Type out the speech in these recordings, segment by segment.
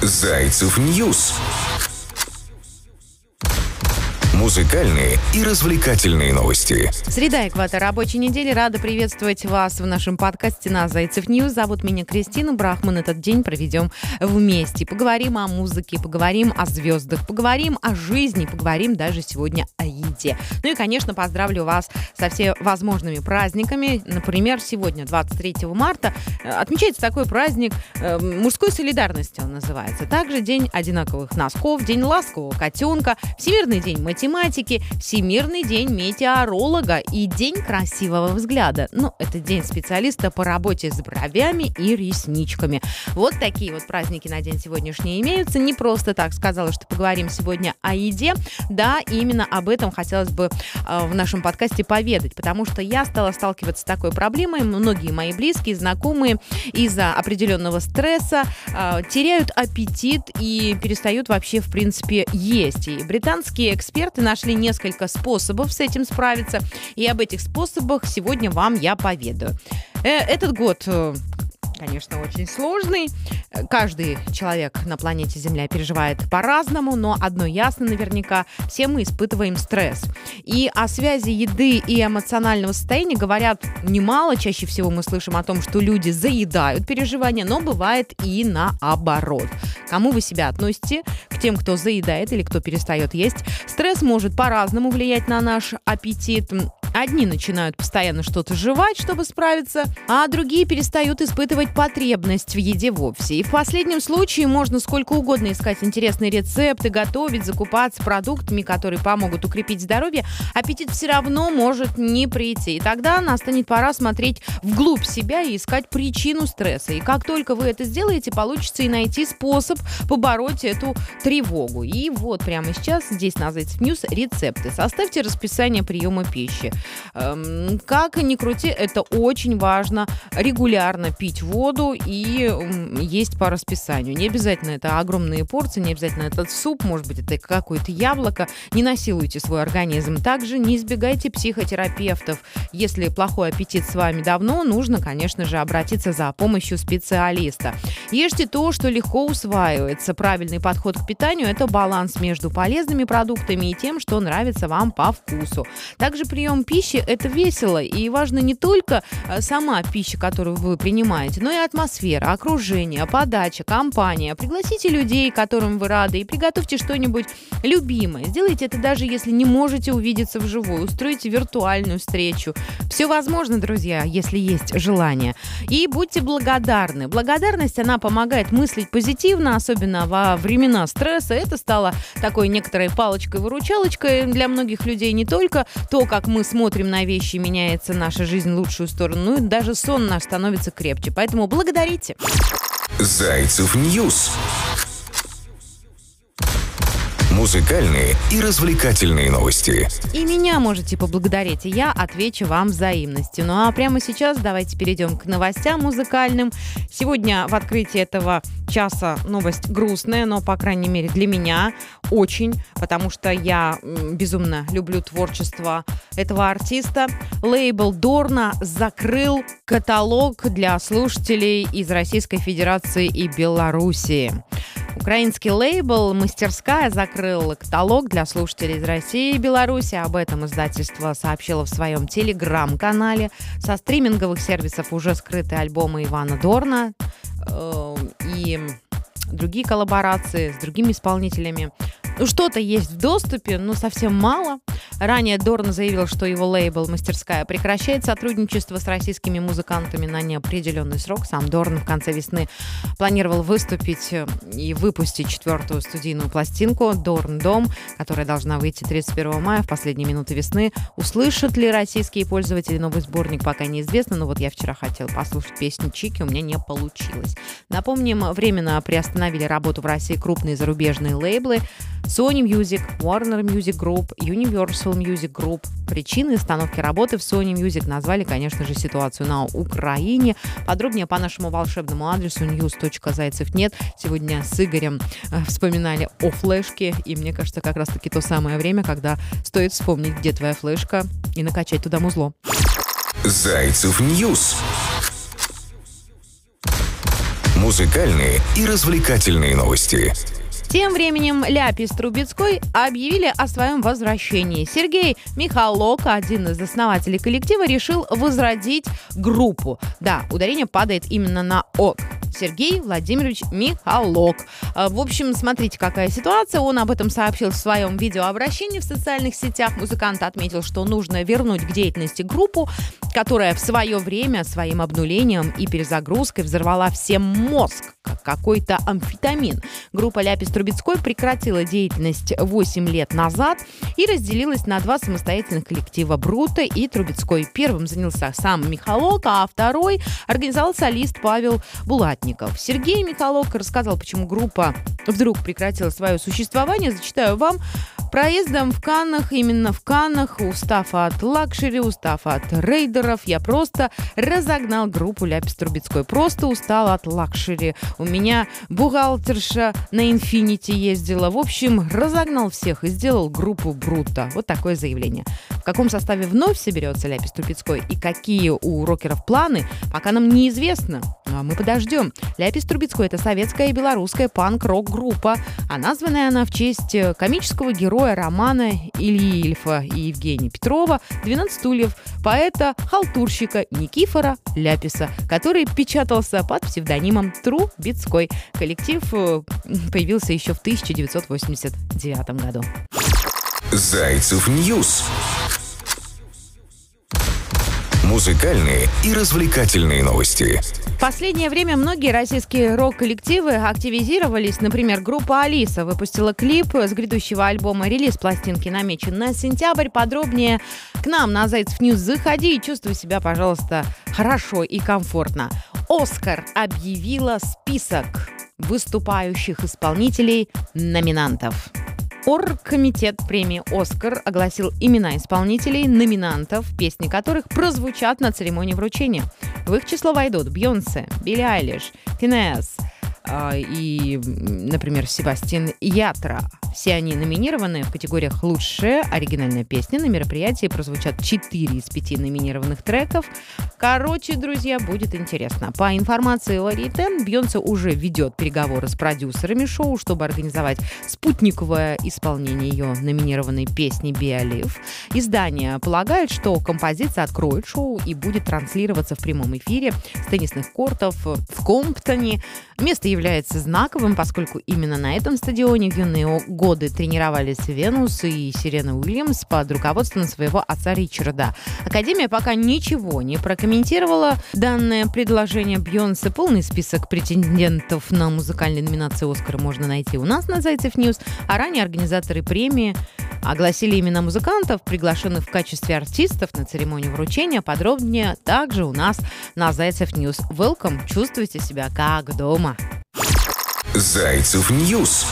Зайцев Ньюс. Музыкальные и развлекательные новости. Среда, экватор рабочей недели. Рада приветствовать вас в нашем подкасте на Зайцев Ньюс. Зовут меня Кристина Брахман. Этот день проведем вместе. Поговорим о музыке, поговорим о звездах, поговорим о жизни, поговорим даже сегодня о еде. Ну и, конечно, поздравлю вас со всевозможными праздниками. Например, сегодня, 23 марта, отмечается такой праздник мужской солидарности, он называется. Также День одинаковых носков, День ласкового котенка, Всемирный день математики, Всемирный день метеоролога и День красивого взгляда. Ну, это день специалиста по работе с бровями и ресничками. Вот такие вот праздники на день сегодняшний имеются. Не просто так сказала, что поговорим сегодня о еде. Да, именно об этом хотелось бы в нашем подкасте поведать, потому что я стала сталкиваться с такой проблемой. Многие мои близкие, знакомые из-за определенного стресса теряют аппетит и перестают вообще, в принципе, есть. И британские эксперты нашли несколько способов с этим справиться, и об этих способах сегодня вам я поведаю. Этот год, конечно, очень сложный. Каждый человек на планете Земля переживает по-разному, но одно ясно наверняка: все мы испытываем стресс. И о связи еды и эмоционального состояния говорят немало. Чаще всего мы слышим о том, что люди заедают переживания, но бывает и наоборот. Кому вы себя относите? К тем, кто заедает или кто перестает есть? Стресс может по-разному влиять на наш аппетит. Одни начинают постоянно что-то жевать, чтобы справиться, а другие перестают испытывать потребность в еде вовсе. И в последнем случае можно сколько угодно искать интересные рецепты, готовить, закупаться продуктами, которые помогут укрепить здоровье. Аппетит все равно может не прийти. И тогда настанет пора смотреть вглубь себя и искать причину стресса. И как только вы это сделаете, получится и найти способ побороть эту тревогу. И вот прямо сейчас здесь на Зайцев Ньюс рецепты. Составьте расписание приема пищи. Как ни крути, это очень важно. Регулярно пить воду и есть по расписанию. Не обязательно это огромные порции, не обязательно этот суп, может быть, это какое-то яблоко. Не насилуйте свой организм. Также не избегайте психотерапевтов. Если плохой аппетит с вами давно, нужно, конечно же, обратиться за помощью специалиста. Ешьте то, что легко усваивается. Правильный подход к питанию – это баланс между полезными продуктами и тем, что нравится вам по вкусу. Также прием пищи – это весело, и важно не только сама пища, которую вы принимаете, но и атмосфера, окружение, подача, компания. Пригласите людей, которым вы рады, и приготовьте что-нибудь любимое. Сделайте это даже если не можете увидеться вживую. Устройте виртуальную встречу. Все возможно, друзья, если есть желание. И будьте благодарны. Благодарность, она помогает мыслить позитивно, особенно во времена стресса. Это стало такой некоторой палочкой-выручалочкой для многих людей. Не только то, как мы смотрим на вещи, меняется наша жизнь в лучшую сторону, ну и даже сон наш становится крепче. Поэтому благодарите. Зайцев Ньюс. Музыкальные и развлекательные новости. И меня можете поблагодарить, и я отвечу вам взаимностью. Ну а прямо сейчас давайте перейдем к новостям музыкальным. Сегодня в открытии этого часа новость грустная, но, по крайней мере, для меня очень, потому что я безумно люблю творчество этого артиста. Лейбл Дорна закрыл каталог для слушателей из Российской Федерации и Белоруссии. Украинский лейбл «Мастерская» закрыл каталог для слушателей из России и Беларуси. Об этом издательство сообщило в своем телеграм-канале. Со стриминговых сервисов уже скрыты альбомы Ивана Дорна и другие коллаборации с другими исполнителями. Ну, что-то есть в доступе, но совсем мало. Ранее Дорн заявил, что его лейбл «Мастерская» прекращает сотрудничество с российскими музыкантами на неопределенный срок. Сам Дорн в конце весны планировал выступить и выпустить 4-ю студийную пластинку «Дорн Дом», которая должна выйти 31 мая, в последние минуты весны. Услышат ли российские пользователи новый сборник, пока неизвестно. Но вот я вчера хотела послушать песню «Чики», у меня не получилось. Напомним, временно приостановили работу в России крупные зарубежные лейблы Sony Music, Warner Music Group, Universal Music Group. Причины остановки работы в Sony Music назвали, конечно же, ситуацию на Украине. Подробнее по нашему волшебному адресу news.зайцев.нет. Сегодня с Игорем вспоминали о флешке, и мне кажется, как раз-таки то самое время, когда стоит вспомнить, где твоя флешка, и накачать туда музло. Зайцев Ньюс. Музыкальные и развлекательные новости. Тем временем Ляпис Трубецкой объявили о своем возвращении. Сергей Михалок, один из основателей коллектива, решил возродить группу. Да, ударение падает именно на «ок». Сергей Владимирович Михалок. В общем, смотрите, какая ситуация. Он об этом сообщил в своем видеообращении в социальных сетях. Музыкант отметил, что нужно вернуть к деятельности группу, которая в свое время своим обнулением и перезагрузкой взорвала всем мозг, как какой-то амфетамин. Группа Ляпис Трубецкой прекратила деятельность 8 лет назад и разделилась на два самостоятельных коллектива — Бруто и Трубецкой. Первым занялся сам Михалок, а второй организовал солист Павел Булатников. Сергей Михалок рассказал, почему группа вдруг прекратила свое существование. Зачитаю вам. Проездом в Каннах, именно в Каннах, устав от лакшери, устав от рейдеров, я просто разогнал группу Ляпис Трубецкой. Просто устал от лакшери. У меня бухгалтерша на Инфинити ездила. В общем, разогнал всех и сделал группу Бруто. Вот такое заявление. В каком составе вновь соберется Ляпис Трубецкой и какие у рокеров планы, пока нам неизвестно. А мы подождем. Ляпис Трубецкой — это советская и белорусская панк-рок-группа. А названная она в честь комического героя романа Ильи Ильфа и Евгения Петрова «12 стульев», поэта-халтурщика Никифора Ляписа, который печатался под псевдонимом Трубецкой. Коллектив появился еще в 1989 году. Зайцев Ньюс. Музыкальные и развлекательные новости. В последнее время многие российские рок-коллективы активизировались. Например, группа «Алиса» выпустила клип с грядущего альбома. Релиз пластинки намечен на сентябрь. Подробнее к нам на Зайцев Ньюс заходи и чувствуй себя, пожалуйста, хорошо и комфортно. «Оскар» объявила список выступающих исполнителей-номинантов. Оргкомитет премии «Оскар» огласил имена исполнителей, номинантов, песни которых прозвучат на церемонии вручения. В их число войдут Бейонсе, Билли Айлиш, Финес и, например, Себастьян Ятра. Все они номинированы в категориях «Лучшая оригинальная песня». На мероприятии прозвучат 4 из 5 номинированных треков. Короче, друзья, будет интересно. По информации Ларри Тен, Бейонсе уже ведет переговоры с продюсерами шоу, чтобы организовать спутниковое исполнение ее номинированной песни «Биолив». Издание полагает, что композиция откроет шоу и будет транслироваться в прямом эфире с теннисных кортов в Комптоне. Место является знаковым, поскольку именно на этом стадионе в юные годы тренировались Венус и Серена Уильямс под руководством своего отца Ричарда. Академия пока ничего не прокомментировала данное предложение Бейонсе. Полный список претендентов на музыкальные номинации «Оскара» можно найти у нас на Зайцев Ньюс, а ранее организаторы премии огласили имена музыкантов, приглашенных в качестве артистов на церемонию вручения. Подробнее также у нас на Зайцев Ньюс. Welcome! Чувствуйте себя как дома. Зайцев Ньюс.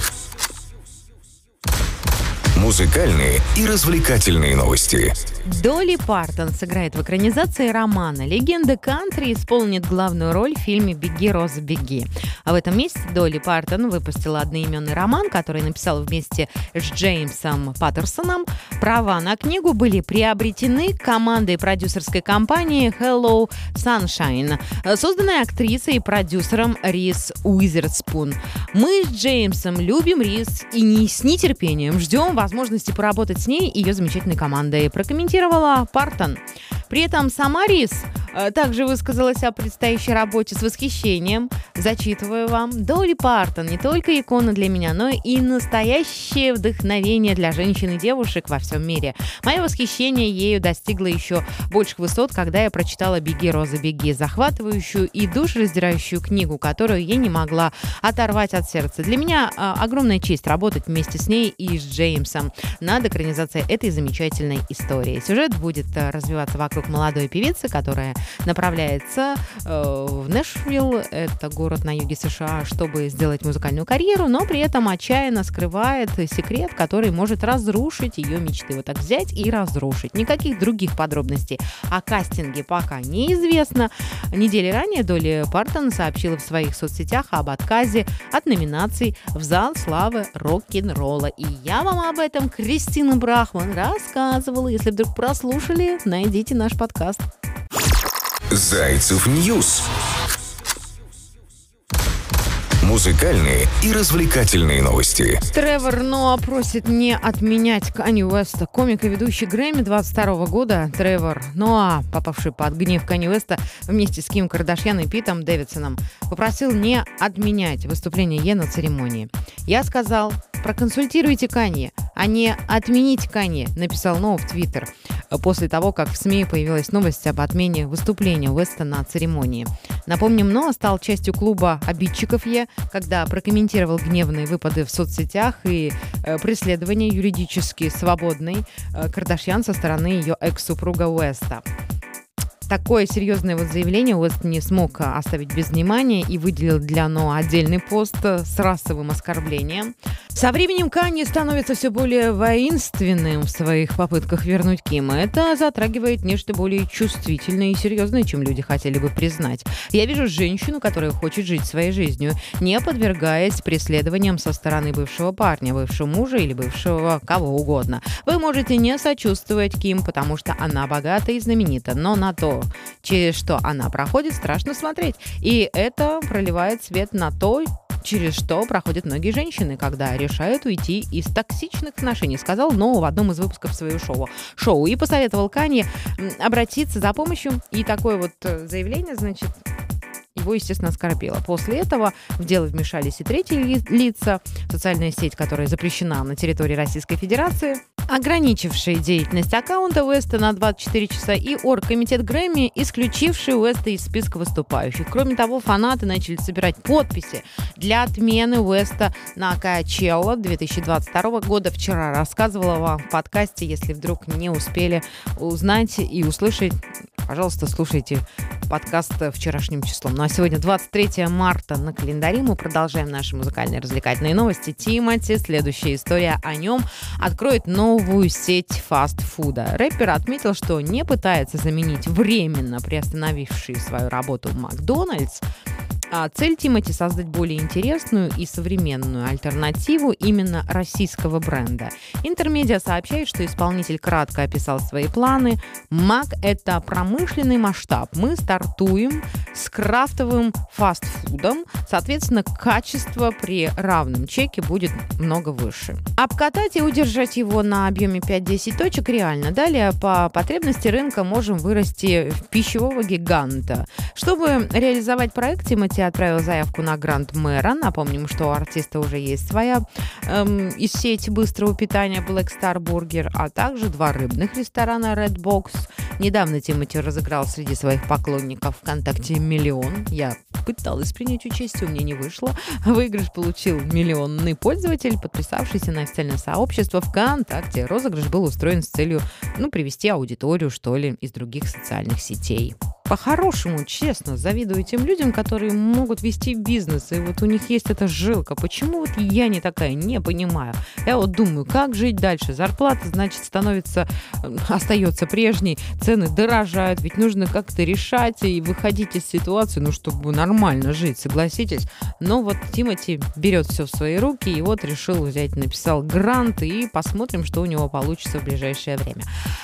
Музыкальные и развлекательные новости. Долли Партон сыграет в экранизации романа. Легенда кантри исполнит главную роль в фильме «Беги, Роза, беги». А в этом месяце Долли Партон выпустила одноименный роман, который написала вместе с Джеймсом Паттерсоном. Права на книгу были приобретены командой продюсерской компании Hello Sunshine, созданной актрисой и продюсером Риз Уизерспун. Мы с Джеймсом любим Риз и с нетерпением ждем возможности поработать с ней и ее замечательной командой, прокомментировала Партон. При этом сама Риз также высказалась о предстоящей работе с восхищением. Зачитываю вам. Долли Партон не только икона для меня, но и настоящее вдохновение для женщин и девушек во всем мире. Мое восхищение ею достигло еще больших высот, когда я прочитала «Беги, Роза, беги», захватывающую и душераздирающую книгу, которую я не могла оторвать от сердца. Для меня огромная честь работать вместе с ней и с Джеймсом над экранизацией этой замечательной истории. Сюжет будет развиваться вокруг молодой певицы, которая направляется в Нэшвилл, это город на юге США, чтобы сделать музыкальную карьеру, но при этом отчаянно скрывает секрет, который может разрушить ее мечты. Вот так взять и разрушить. Никаких других подробностей о кастинге пока неизвестно. Недели ранее Долли Партон сообщила в своих соцсетях об отказе от номинаций в зал славы рок-н-ролла. И я вам об этом, Кристина Брахман, рассказывала. Если вдруг прослушали, найдите наш подкаст. Зайцев Ньюс. Музыкальные и развлекательные новости. Тревор Ноа просит не отменять Канье Уэста. Комик и ведущий Грэмми 22 года Тревор Ноа, попавший под гнев Канье Уэста вместе с Ким Кардашьян и Питом Дэвидсоном, попросил не отменять выступление Е на церемонии. «Я сказал, проконсультируйте Канье, а не отменить Канье», написал Ноа в Твиттер после того, как в СМИ появилась новость об отмене выступления Уэста на церемонии. Напомним, Ноа стал частью клуба обидчиков Е, когда прокомментировал гневные выпады в соцсетях и преследование юридически свободной Кардашьян со стороны ее экс-супруга Уэста. Такое серьезное заявление Уэст не смог оставить без внимания и выделил для Ноа отдельный пост с расовым оскорблением. Со временем Канье становится все более воинственным в своих попытках вернуть Кима. Это затрагивает нечто более чувствительное и серьезное, чем люди хотели бы признать. «Я вижу женщину, которая хочет жить своей жизнью, не подвергаясь преследованиям со стороны бывшего парня, бывшего мужа или бывшего кого угодно. Вы можете не сочувствовать Ким, потому что она богата и знаменита, но на то, через что она проходит, страшно смотреть. И это проливает свет на то, через что проходят многие женщины, когда решают уйти из токсичных отношений», сказал Ноа в одном из выпусков своего шоу и посоветовал Канье обратиться за помощью. И такое вот заявление, значит, его, естественно, оскорбило. После этого в дело вмешались и третьи лица. Социальная сеть, которая запрещена на территории Российской Федерации, ограничивший деятельность аккаунта Уэста на 24 часа, и оргкомитет Грэмми, исключивший Уэста из списка выступающих. Кроме того, фанаты начали собирать подписи для отмены Уэста на Коачелла 2022 года. Вчера рассказывала вам в подкасте. Если вдруг не успели узнать и услышать, пожалуйста, слушайте подкаст вчерашним числом. Ну а сегодня 23 марта на календаре. Мы продолжаем наши музыкальные развлекательные новости. Тимати, следующая история о нем, откроет новую сеть фастфуда. Рэпер отметил, что не пытается заменить временно приостановивший свою работу Макдональдс. А цель Тимати — создать более интересную и современную альтернативу именно российского бренда. Интермедиа сообщает, что исполнитель кратко описал свои планы. Мак — это промышленный масштаб. Мы стартуем с крафтовым фастфудом. Соответственно, качество при равном чеке будет много выше. Обкатать и удержать его на объеме 5-10 точек реально. Далее по потребности рынка можем вырасти в пищевого гиганта. Чтобы реализовать проект, Тимати отправил заявку на грант мэра. Напомним, что у артиста уже есть своя из сети быстрого питания Black Star Burger, а также 2 рыбных ресторана Red Box. Недавно Тимати разыграл среди своих поклонников ВКонтакте 1 миллион. Я пыталась принять участие, у меня не вышло. Выигрыш получил миллионный пользователь, подписавшийся на официальное сообщество ВКонтакте. Розыгрыш был устроен с целью, привести аудиторию, что ли, из других социальных сетей. По-хорошему, честно, завидую тем людям, которые могут вести бизнес, и вот у них есть эта жилка. Почему вот я не такая, не понимаю. Я вот думаю, как жить дальше? Зарплата, значит, остается прежней, цены дорожают, ведь нужно как-то решать и выходить из ситуации, чтобы нормально жить, согласитесь. Но вот Тимати берет все в свои руки и вот решил взять, написал грант, и посмотрим, что у него получится в ближайшее время.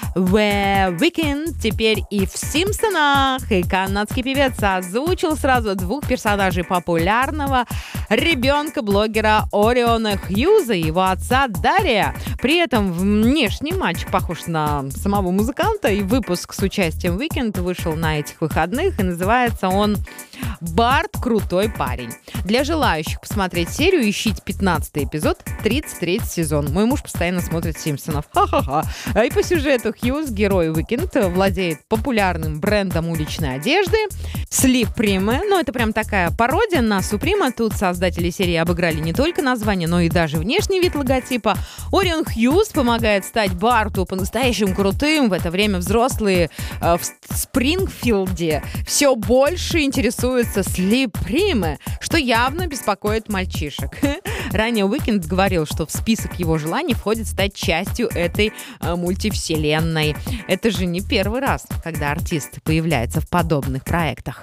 The Weeknd теперь и в «Симпсонах». И канадский певец озвучил сразу 2 персонажей популярного ребенка-блогера Ориона Хьюза и его отца Дария. При этом внешний мальчик похож на самого музыканта, и выпуск с участием Weeknd вышел на этих выходных, и называется он «Барт. Крутой парень». Для желающих посмотреть серию ищите 15-й эпизод, 33-й сезон. Мой муж постоянно смотрит «Симпсонов». Ха-ха-ха. И по сюжету Хьюз, герой Weeknd, владеет популярным брендом уличной одежды Supreme. Это прям такая пародия на Supreme. Тут создатели серии обыграли не только название, но и даже внешний вид логотипа. Орион Хьюз помогает стать Барту по-настоящему крутым. В это время взрослые в Спрингфилде все больше интересуются Supreme, что явно беспокоит мальчишек. Ранее Weeknd говорил, что в список его желаний входит стать частью этой мультивселенной. Это же не первый раз, когда артист появляется в подобных проектах.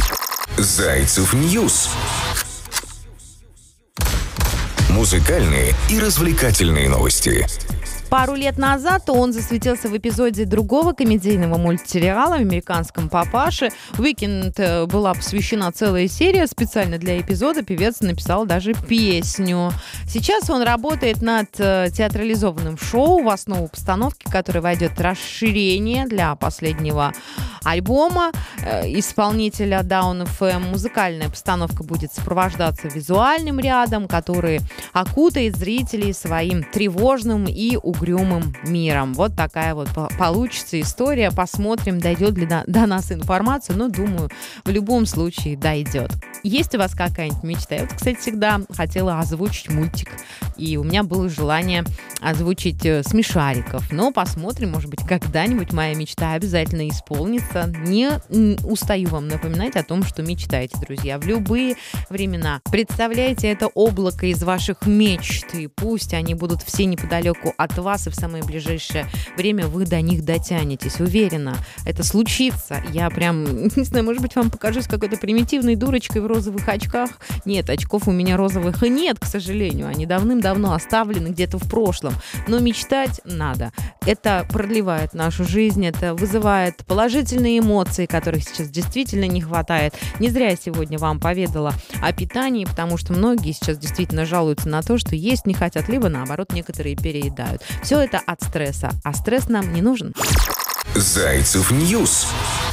Зайцев Ньюс. Музыкальные и развлекательные новости. Пару лет назад он засветился в эпизоде другого комедийного мультсериала в американском «Папаше». «Уикенд» была посвящена целая серия. Специально для эпизода певец написал даже песню. Сейчас он работает над театрализованным шоу, в основу постановки которой войдет расширение для последнего альбома исполнителя Down FM. Музыкальная постановка будет сопровождаться визуальным рядом, который окутает зрителей своим тревожным и угрюмым миром. Вот такая вот получится история. Посмотрим, дойдет ли до нас информация, но, думаю, в любом случае дойдет. Есть у вас какая-нибудь мечта? Я, кстати, всегда хотела озвучить мультик, и у меня было желание озвучить «Смешариков». Но посмотрим, может быть, когда-нибудь моя мечта обязательно исполнится. Не устаю вам напоминать о том, что мечтаете, друзья, в любые времена. Представляете это облако из ваших мечт, и пусть они будут все неподалеку от вас, и в самое ближайшее время вы до них дотянетесь. Уверена, это случится. Я прям, не знаю, может быть, вам покажусь какой-то примитивной дурочкой в розовых очках. Нет, очков у меня розовых и нет, к сожалению. Они давным-давно оставлены где-то в прошлом. Но мечтать надо. Это продлевает нашу жизнь, это вызывает положительные эмоции, которых сейчас действительно не хватает. Не зря я сегодня вам поведала о питании, потому что многие сейчас действительно жалуются на то, что есть не хотят, либо наоборот некоторые переедают. Все это от стресса, а стресс нам не нужен. Зайцев Ньюс.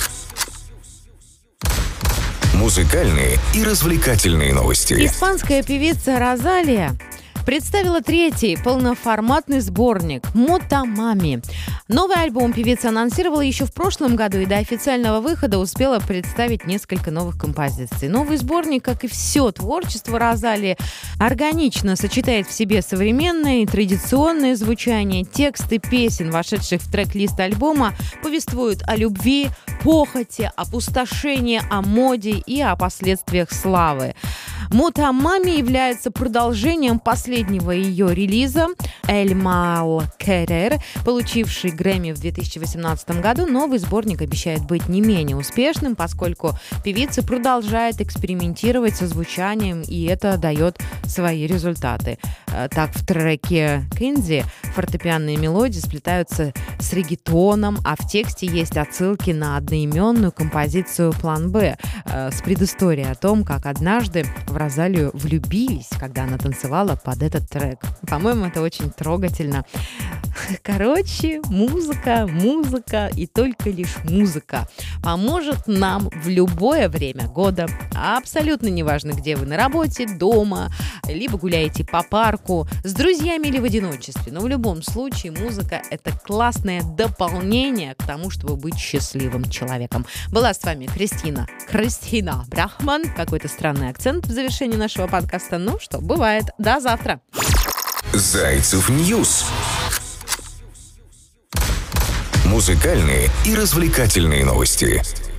Музыкальные и развлекательные новости. Испанская певица Розалия представила третий полноформатный сборник «Мотомами». Новый альбом певица анонсировала еще в прошлом году и до официального выхода успела представить несколько новых композиций. Новый сборник, как и все творчество Розалии, органично сочетает в себе современное и традиционное звучание. Тексты песен, вошедших в трек-лист альбома, повествуют о любви, похоти, опустошении, о моде и о последствиях славы. «Мотомами» является продолжением последнего ее релиза «El Mal Querer», получивший Грэмми в 2018 году. Новый сборник обещает быть не менее успешным, поскольку певица продолжает экспериментировать со звучанием, и это дает свои результаты. Так, в треке «Кэнди» фортепианные мелодии сплетаются с реггетоном, а в тексте есть отсылки на одноименную композицию «План Б» с предысторией о том, как однажды в Розалию влюбились, когда она танцевала под этот трек. По-моему, это очень трогательно. Короче, музыка и только лишь музыка поможет нам в любое время года. Абсолютно неважно, где вы, на работе, дома, либо гуляете по парку, с друзьями или в одиночестве. Но в любом случае музыка – это классное дополнение к тому, чтобы быть счастливым человеком. Была с вами Кристина Брахман. Какой-то странный акцент в завершении нашего подкаста. Ну что, бывает. До завтра. Зайцев Ньюс. Музыкальные и развлекательные новости.